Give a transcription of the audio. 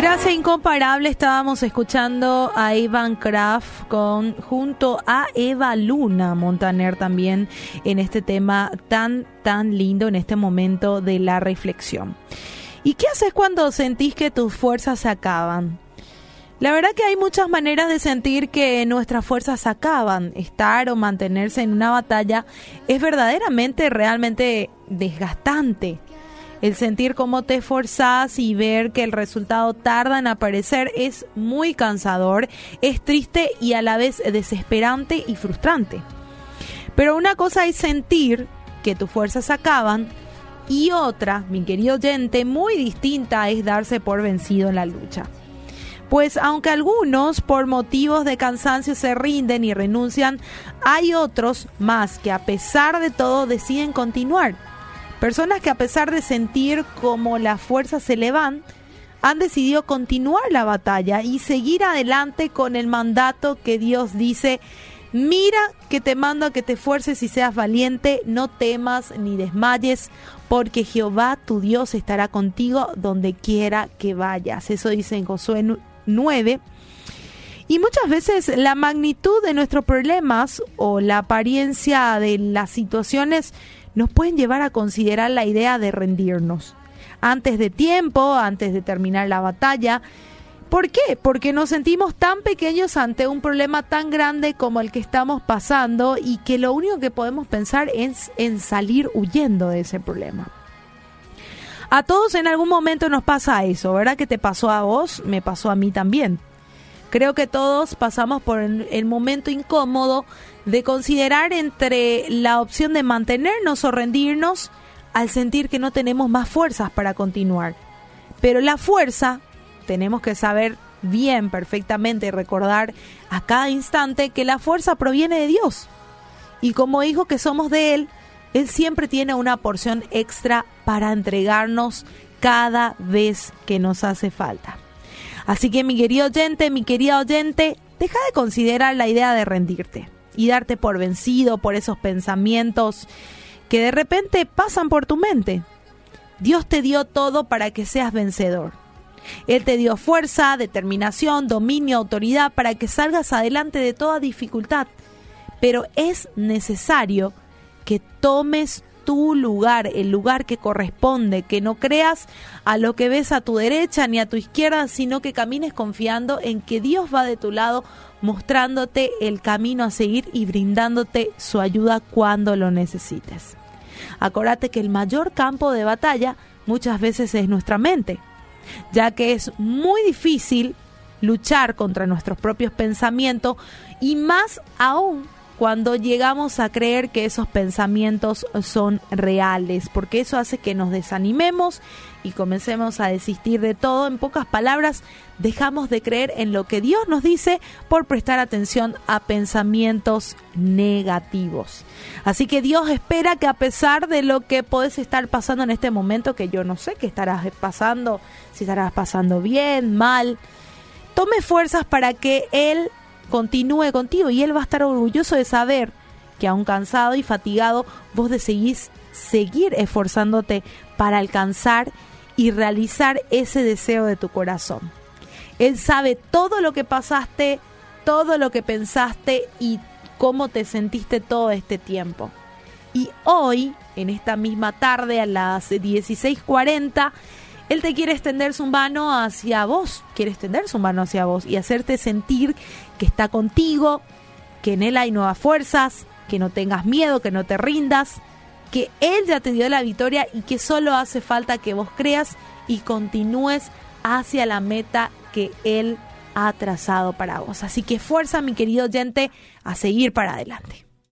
Gracia incomparable, estábamos escuchando a Ivan Kraft junto a Eva Luna Montaner también en este tema tan lindo en este momento de la reflexión. ¿Y qué haces cuando sentís que tus fuerzas se acaban? La verdad que hay muchas maneras de sentir que nuestras fuerzas se acaban. Estar o mantenerse en una batalla es realmente desgastante. El sentir cómo te esforzás y ver que el resultado tarda en aparecer es muy cansador, es triste y a la vez desesperante y frustrante. Pero una cosa es sentir que tus fuerzas se acaban y otra, mi querido oyente, muy distinta es darse por vencido en la lucha. Pues aunque algunos por motivos de cansancio se rinden y renuncian, hay otros más que a pesar de todo deciden continuar. Personas que a pesar de sentir como las fuerzas se le van, han decidido continuar la batalla y seguir adelante con el mandato que Dios dice: mira que te mando a que te esfuerces y seas valiente, no temas ni desmayes, porque Jehová tu Dios estará contigo donde quiera que vayas. Eso dice en Josué 9. Y muchas veces la magnitud de nuestros problemas o la apariencia de las situaciones nos pueden llevar a considerar la idea de rendirnos antes de tiempo, antes de terminar la batalla. ¿Por qué? Porque nos sentimos tan pequeños ante un problema tan grande como el que estamos pasando y que lo único que podemos pensar es en salir huyendo de ese problema. A todos en algún momento nos pasa eso, ¿verdad? Que te pasó a vos, me pasó a mí también. Creo que todos pasamos por el momento incómodo de considerar entre la opción de mantenernos o rendirnos al sentir que no tenemos más fuerzas para continuar. Pero la fuerza, tenemos que saber bien, perfectamente, recordar a cada instante que la fuerza proviene de Dios. Y como hijos que somos de Él, Él siempre tiene una porción extra para entregarnos cada vez que nos hace falta. Así que mi querido oyente, mi querida oyente, deja de considerar la idea de rendirte y darte por vencido por esos pensamientos que de repente pasan por tu mente. Dios te dio todo para que seas vencedor. Él te dio fuerza, determinación, dominio, autoridad para que salgas adelante de toda dificultad. Pero es necesario que tomes tu lugar, el lugar que corresponde, que no creas a lo que ves a tu derecha ni a tu izquierda, sino que camines confiando en que Dios va de tu lado, mostrándote el camino a seguir y brindándote su ayuda cuando lo necesites. Acuérdate que el mayor campo de batalla muchas veces es nuestra mente, ya que es muy difícil luchar contra nuestros propios pensamientos y más aún cuando llegamos a creer que esos pensamientos son reales, porque eso hace que nos desanimemos y comencemos a desistir de todo. En pocas palabras, dejamos de creer en lo que Dios nos dice por prestar atención a pensamientos negativos. Así que Dios espera que a pesar de lo que podés estar pasando en este momento, que yo no sé qué estarás pasando, si estarás pasando bien, mal, tome fuerzas para que Él continúe contigo y Él va a estar orgulloso de saber que aún cansado y fatigado vos decidís seguir esforzándote para alcanzar y realizar ese deseo de tu corazón. Él sabe todo lo que pasaste, todo lo que pensaste y cómo te sentiste todo este tiempo. Y hoy, en esta misma tarde a las 16:40, Él te quiere extender su mano hacia vos, y hacerte sentir que está contigo, que en Él hay nuevas fuerzas, que no tengas miedo, que no te rindas, que Él ya te dio la victoria y que solo hace falta que vos creas y continúes hacia la meta que Él ha trazado para vos. Así que fuerza, mi querido oyente, a seguir para adelante.